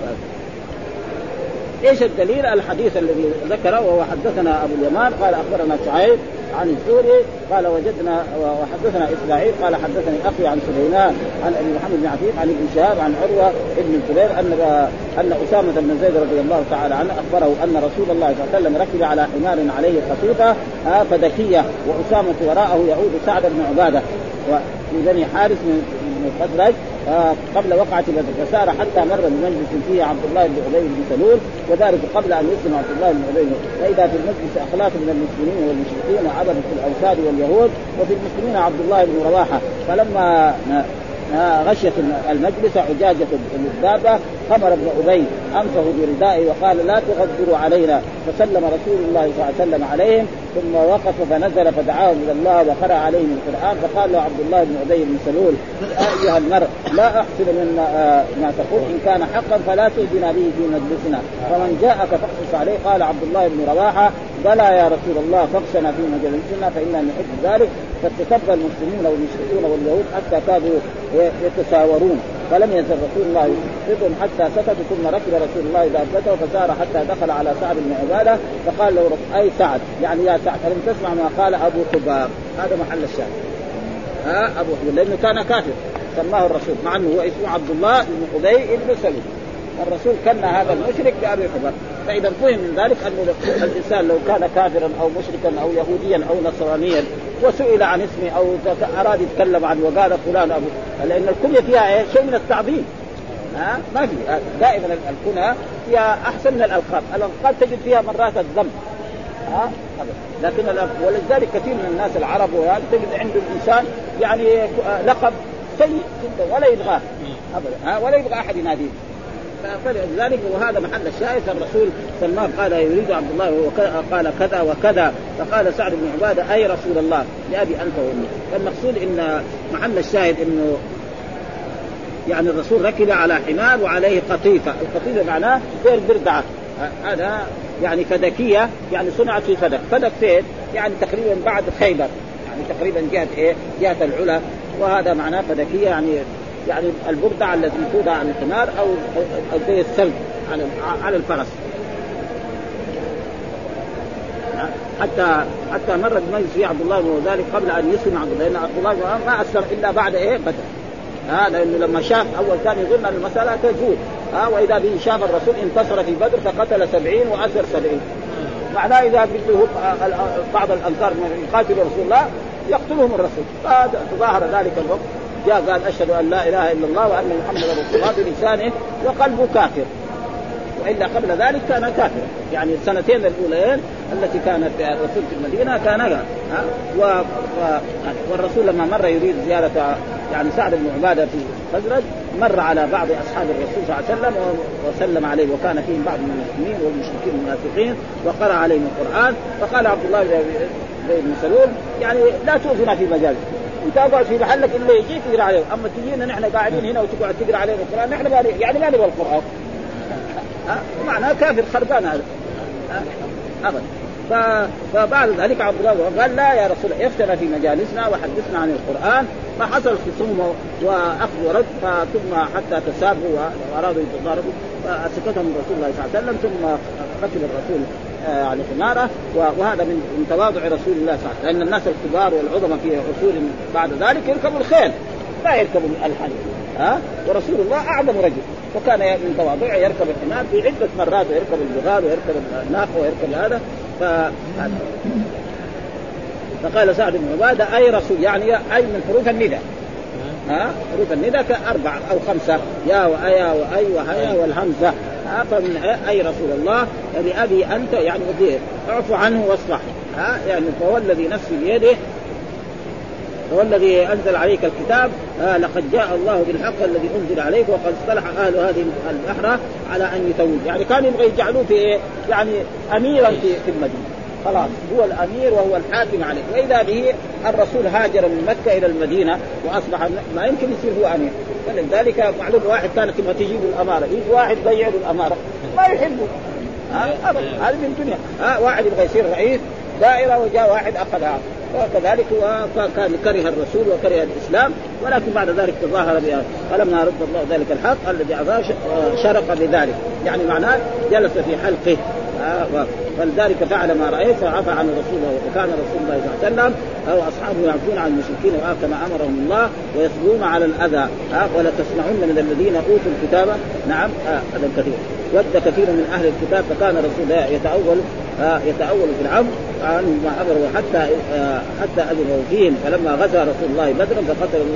إيش الدليل؟ الحديث الذي ذكره وهو حدثنا أبو اليمان قال أخبرنا شعيب عن الزهري قال وجدنا وحدثنا إسماعيل قال حدثني أخي عن سليمان عن أبي محمد بن عتيق عن ابن شهاب عن عروة ابن الزبير أن أسامة بن زيد رضي الله تعالى عنه أخبره أن رسول الله صلى الله عليه وسلم ركب على حمار عليه قصيفة فدكية، وأسامة وراءه يعود سعد بن عبادة وفي بني حارث من الخزرج، قبل وقعة بدر، فسار حتى مر بمجلس فيه عبد الله بن أبي بن سلول، وذلك قبل أن يسلم عبد الله بن أبي، فإذا في المجلس أخلاق من المسلمين والمشركين وعبدة الأوثان واليهود، وفي المسلمين عبد الله بن رواحة. فلما غشيت المجلس عجاجة الدابة خمر ابن أبي أنفه بردائه وقال لا تغدروا علينا، فسلم رسول الله صلى الله عليه وسلم عليهم، ثم وقف فنزل فدعاهم إلى الله وقرأ عليهم القرآن. فقال له عبد الله بن أبي بن سلول أيها المرء لا أحسن من ما تقول، إن كان حقا فلا تؤذنا به في مجلسنا، فمن جاءك فاقصص عليه. قال عبد الله بن رواحة بلى يا رسول الله فاقصنا في مجلسنا فإنا نحب ذلك. فاستكب المسلمون والمشركون واليهود حتى كادوا يتساورون، فلم يزل رسول الله يخفضهم حتى سكتوا، ثم ركب رسول الله دابته فسار حتى دخل على سعد بن عبادة فقال له أي سعد، يعني يا سعد ألم تسمع ما قال أبو خباب؟ هذا محل الشاهد. أبو خباب لأنه كان كافر سماه الرسول، مع أنه هو اسمه عبد الله بن أبي بن سلول، الرسول كان هذا المشرك بأبي خباب. فإذا فهم من ذلك أن الإنسان لو كان كافرا أو مشركا أو يهوديا أو نصرانيا وسئل عن اسمه أو أراد يتكلم عن وقال فلان أبو، لأن الكنية فيها شيء من التعظيم، ما في دائما الكنى فيها أحسن من الألقاب. الألقاب تجد فيها مرات الذم، لكن ولذلك كثير من الناس العرب تجد عنده الإنسان يعني لقب سيء جدا ولا يبغاه أبدا، ولا يبغى أحد يناديه. فلذلك وهذا محل الشاهد، الرسول سلمان قال يريد عبد الله قال كذا وكذا، فقال سعد بن عبادة أي رسول الله لأبي أنت وأمي. فالمقصود إن محل الشاهد إنه يعني الرسول ركب على حمار وعليه قطيفة، القطيفة معناه غير بردعة، هذا يعني فدكية، يعني صنعت في فدك. فدك فين؟ يعني تقريبا بعد خيبر، يعني تقريبا جهة جهة العلا، وهذا معناه فدكية يعني البردعة التي توضع على الحمار أو زي السلب على الفرس. حتى مر بمجلس فيه عبد الله بن ذلك قبل أن يسلم عبد الله، لأن عبد الله ما أسلم إلا بعد بدر، لأنه لما شاف أول كان يظن أن المسألة تجول، وإذا به شاف الرسول انتصر في بدر فقتل 70 وأسر 70. معناه إذا بده بعض الأنصار يقاتل رسول الله يقتلهم الرسول. فتظاهر ذلك الوقت جاء قال أشهد أن لا إله إلا الله وأن محمد رسول الله بلسانه وقلبه كافر، وإلا قبل ذلك كان كافرا. يعني السنتين الأولين التي كانت الرسول في المدينة كان والرسول لما مر يريد زيارة يعني سعد بن عبادة في خزرج، مر على بعض أصحاب الرسول صلى الله عليه وسلم وسلم عليه، وكان فيهم بعض من المسلمين والمشركين المنافقين، وقرأ عليهم القرآن. فقال عبد الله بن سلول يعني لا تؤذنا في مجال، انت اقعد في محلك الا يجيك تقرا عليه، اما تجينا نحن قاعدين هنا وتقعد تقرا علينا القران، نحن يعني ما نبغى القران، معناه كافر خربان هذا ابدا. فبعد ذلك عبد الله قال لا يا رسول الله افتنا في مجالسنا وحدثنا عن القران. فحصل خصوم واخذ ورد، ثم حتى تسابوا وارادوا يتضاربوا، فسكتهم رسول الله صلى الله عليه وسلم، ثم قتل الرسول على حماره. وهذا من تواضع رسول الله صلى الله عليه وسلم، لأن الناس الكبار والعظماء في عصور بعد ذلك يركبوا الخيل لا يركبوا الحمير، ورسول الله أعظم رجل، وكان من تواضعه يركب الحمار في عدة مرات، ويركب البغال ويركب الناقة ويركب هذا. فقال سعد بن عبادة أي رسول، يعني أي من حروف النداء، حروف النداء كأربعة أو خمسة، يا وأيا وأي وهيا والهمزة. فمن أي رسول الله يعني أبي أنت يعني اعفو عنه واصلح، يعني فهو الذي نفسي بيده، هو الذي أنزل عليك الكتاب، لقد جاء الله بالحق الذي أنزل عليك وقد اصطلح أهل هذه البحرة على أن يتوب. يعني كانوا يبغى يجعلوه في يعني أميرا في المدينة، خلاص هو الأمير وهو الحاكم عليه. وإذا به الرسول هاجر من مكة إلى المدينة وأصبح ما يمكن يصير هو أمير. فلذلك معلوم واحد كان كما تجيب الأمارة، يجي واحد ضيع الأمارة ما يحبه، هذا من الدنيا. واحد يبغى يصير رئيس دائرة وجاء واحد أخذها، وكذلك وكان كره الرسول وكره الإسلام، ولكن بعد ذلك تظاهر بها. فلما رد الله ذلك الحق الذي عذاه شرق بذلك، يعني معناه جلس في حلقه، فلذلك فعل ما رأيت فعفى عن الرسول. وكان رسول الله صلى الله عليه وسلم وأصحابه يعفون عن المشركين كما أمرهم الله ويصبرون على الأذى. ولا تسمعون من الذين أوتوا الكتاب، نعم هذا كثير، ود كثير من أهل الكتاب، فكان الرسول يتأول في العفو عن ما أمره حتى أذنوا فيهم. فلما غزا رسول الله بدرا فقتل الله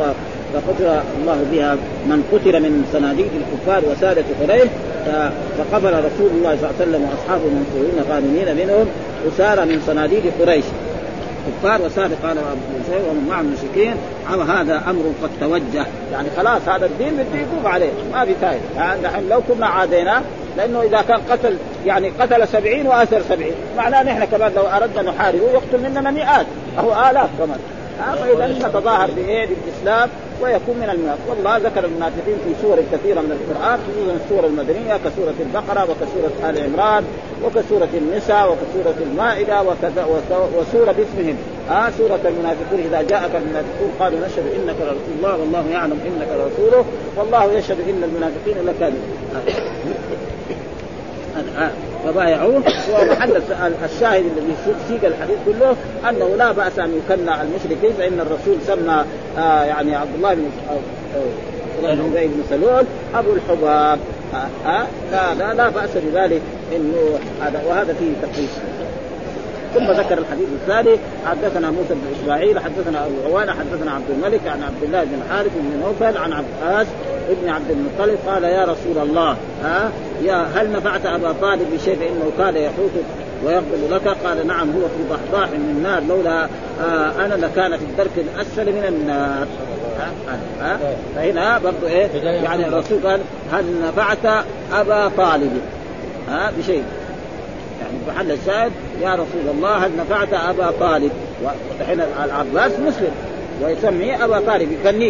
فقتل الله بها من قتل من صناديد الكفار وسادة قريش. فقبل رسول الله صلى الله عليه وسلم وأصحابه المنصورين غانمين منهم أسارى من صناديد قريش كفار وسادة. قال ومن مع المشركين هذا أمر قد توجه، يعني خلاص هذا الدين بده يقوم عليه ما في فائدة. نحن لو كنا عادينا، لأنه إذا كان قتل يعني قتل 70 وأسر 70، معناه نحن كمان لو أردنا نحاربه يقتل مننا مئات أو آلاف كمان. فإذا نتظاهر بالإسلام ويكون من المنافق. والله ذكر المنافقين في سور كثيرة من القرآن، خصوصا السورة المدنية كسورة البقرة وكسورة آل عمران وكسورة النساء وكسورة المائدة وسورة باسمهم. سورة المنافقون إذا جاءك المنافقون قالوا نشهد إنك لرسول الله والله يعلم إنك لرسوله والله يشهد إن المنافقين لكاذبون. فبايعوه. ومحل الشاهد الذي سيق الحديث كله أنه لا بأس أن يكنى المشركين، فإن الرسول سمى يعني عبد الله بن أبي بن سلول أبو الحباب. لا بأس بذلك إنه هذا، وهذا فيه تقريب. ثم ذكر الحديث الثاني: حدثنا موسى بن إسماعيل حدثنا أبو عوانة حدثنا عبد الملك عن عبد الله بن حارث بن نوفل عن عباس ابن عبد المطلب قال: يا رسول الله هل نفعت أبا طالب بشيء فإنه كان يحوطك ويغضب لك؟ قال: نعم، هو في ضحضاح من النار، لولا أنا لكان في الدرك الأسفل من النار. فهنا برضو يعني الرسول قال: هل نفعت أبا طالب بشيء؟ يعني محل الشاهد: يا رسول الله هل نفعت أبا طالب؟ وحين العباس مسلم ويسميه أبا طالب يكنيه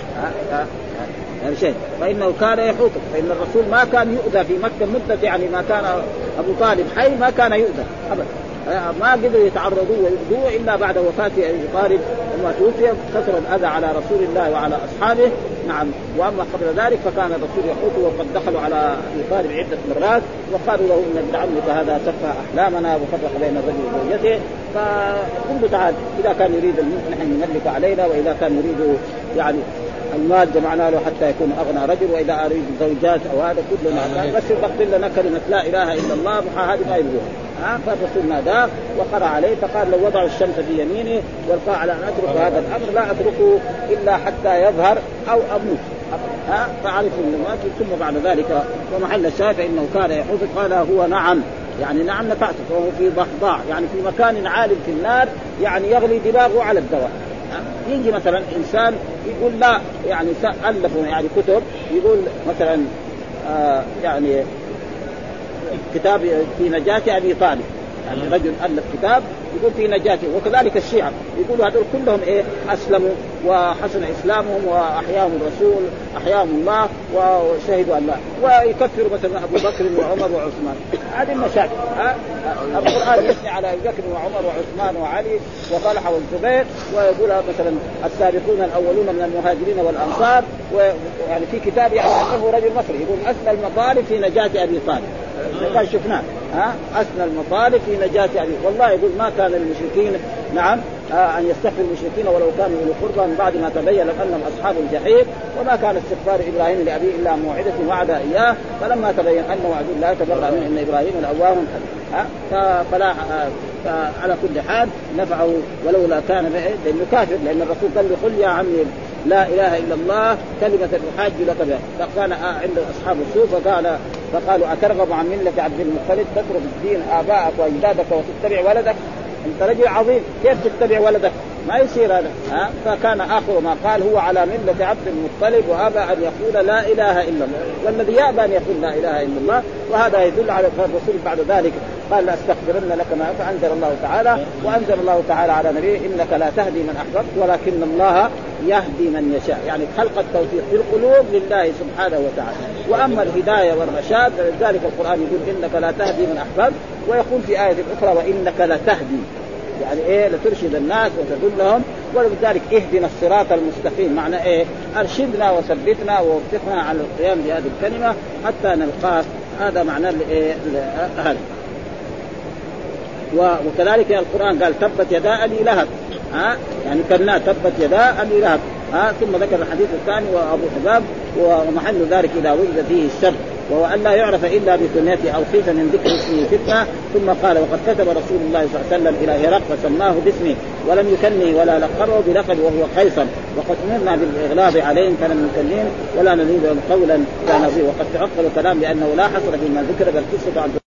شيء، فإنه كان يحوطه، فإن الرسول ما كان يؤذى في مكة مدة، يعني ما كان أبو طالب حي ما كان يؤذى أبدا، ما قدروا يتعرضوا ويؤذوه إلا بعد وفاة أبي طالب وما توفي كثر الأذى على رسول الله وعلى أصحابه. نعم. وأما قبل ذلك فكان الرسول يحوطه، وقد دخلوا على أبي طالب عدة مرات وقالوا له إن ابن عمك هذا سفه أحلامنا وفرق بين الرجل وزوجته، فقلت تعال إذا كان يريد نحن نملك علينا، وإذا كان يريد يعني المال جمعنا له حتى يكون أغنى رجل، وإذا أريد زوجات أو هذا كلنا بس يقتل لنا كلمة لا إله إلا الله هذه ما يبغوها. فالرسول ناداه وقرأ عليه فقال: لو وضعوا الشمس في يمينه والقاء على أن أترك هذا الأمر لا أتركه إلا حتى يظهر أو أموت. فعرفوا النمات. ثم بعد ذلك ومحل الشاهد إنه كان يحوط. قال: هو نعم، يعني نعم نفعته، وهو في ضحضاع يعني في مكان عال في النار، يعني يغلي دماغه على الدواء. يجي مثلا إنسان يقول لا، يعني ألفوا يعني كتب يقول مثلا يعني كتاب في نجاة أبي طالب، يعني رجل ألف كتاب يقول في نجاته، وكذلك الشيعة يقولوا هذول كلهم أسلموا وحسن إسلامهم وأحياهم الرسول أحياهم الله وشهدوا الله، ويكفروا مثلا أبو بكر وعمر وعثمان. هذه المشاكل. القرآن يثني على أبي بكر وعمر وعثمان وعلي وطلحة والزبير، ويقول مثلا السابقون الأولون من المهاجرين والأنصار، ويعني في كتاب يعني أنه رجل مصري يقول أسنى المطالب في نجاة أبي طالب. قال شفناه أسنى المطالب في نجاة أبي. والله يقول ما كان للمشركين نعم أن يستغفروا المشركين ولو كانوا أولي قربى من بعد ما تبين أنهم أصحاب الجحيم، وما كان استغفار إبراهيم لأبيه إلا موعدة وعد إياه، فلما تبين أنه وعد الله تبرأ منه إن إبراهيم لأواه حليم. فلا على كل حال نفعه ولولا كان لأنه كافر، لأن الرسول قال له: قل يا عمي لا إله إلا الله كلمة أحاج لك بها. فكان عند أصحاب السوء فقالوا: أترغب عن ملة عبد المطلب تترك الدين آباءك وأجدادك وتتبع ولدك؟ أنت رجل عظيم، كيف تتبع ولدك؟ ما يصير هذا. فكان آخر ما قال: هو على ملة عبد المطلب وأبى أن يقول لا إله إلا الله، والذي يأبى أن يقول لا إله إلا الله. وهذا يدل على الرسول بعد ذلك قال: لأستغفرن لك ما. فأنزل الله تعالى وأنزل الله تعالى على نبيه: إنك لا تهدي من أحببت ولكن الله يهدي من يشاء. يعني خلق التوفيق في القلوب لله سبحانه وتعالى. وأما الهداية والرشاد فلذلك القرآن يقول: إنك لا تهدي من أحببت، ويقول في آية أخرى: وإنك لا تهدي، يعني لترشد الناس وتدلهم. ولذلك اهدنا الصراط المستقيم، معنى أرشدنا وثبتنا ووفقنا على القيام بهذه الكلمة حتى نلقاك. هذا معنى هذا. وكذلك القرآن قال: تبت يدا أبي لهب، يعني كنا تبت يدا أبي لهب. ثم ذكر الحديث الثاني وأبو حباب، ومحل ذلك إذا وجد فيه الشر، وهو أن لا يعرف إلا بكنيته أو خيفا من ذكر اسمه فتنة. ثم قال: وقد كتب رسول الله صلى الله عليه وسلم إلى هرقل فسماه باسمه ولم يكنه ولا لقبه بلقب وهو قيصر، وقد أمرنا بالإغلاظ عليهم كان المكلمين ولا نزيد قولا لا نزيد. وقد تعقل الكلام لأنه لا حصر فيما ذكر بل قصة عن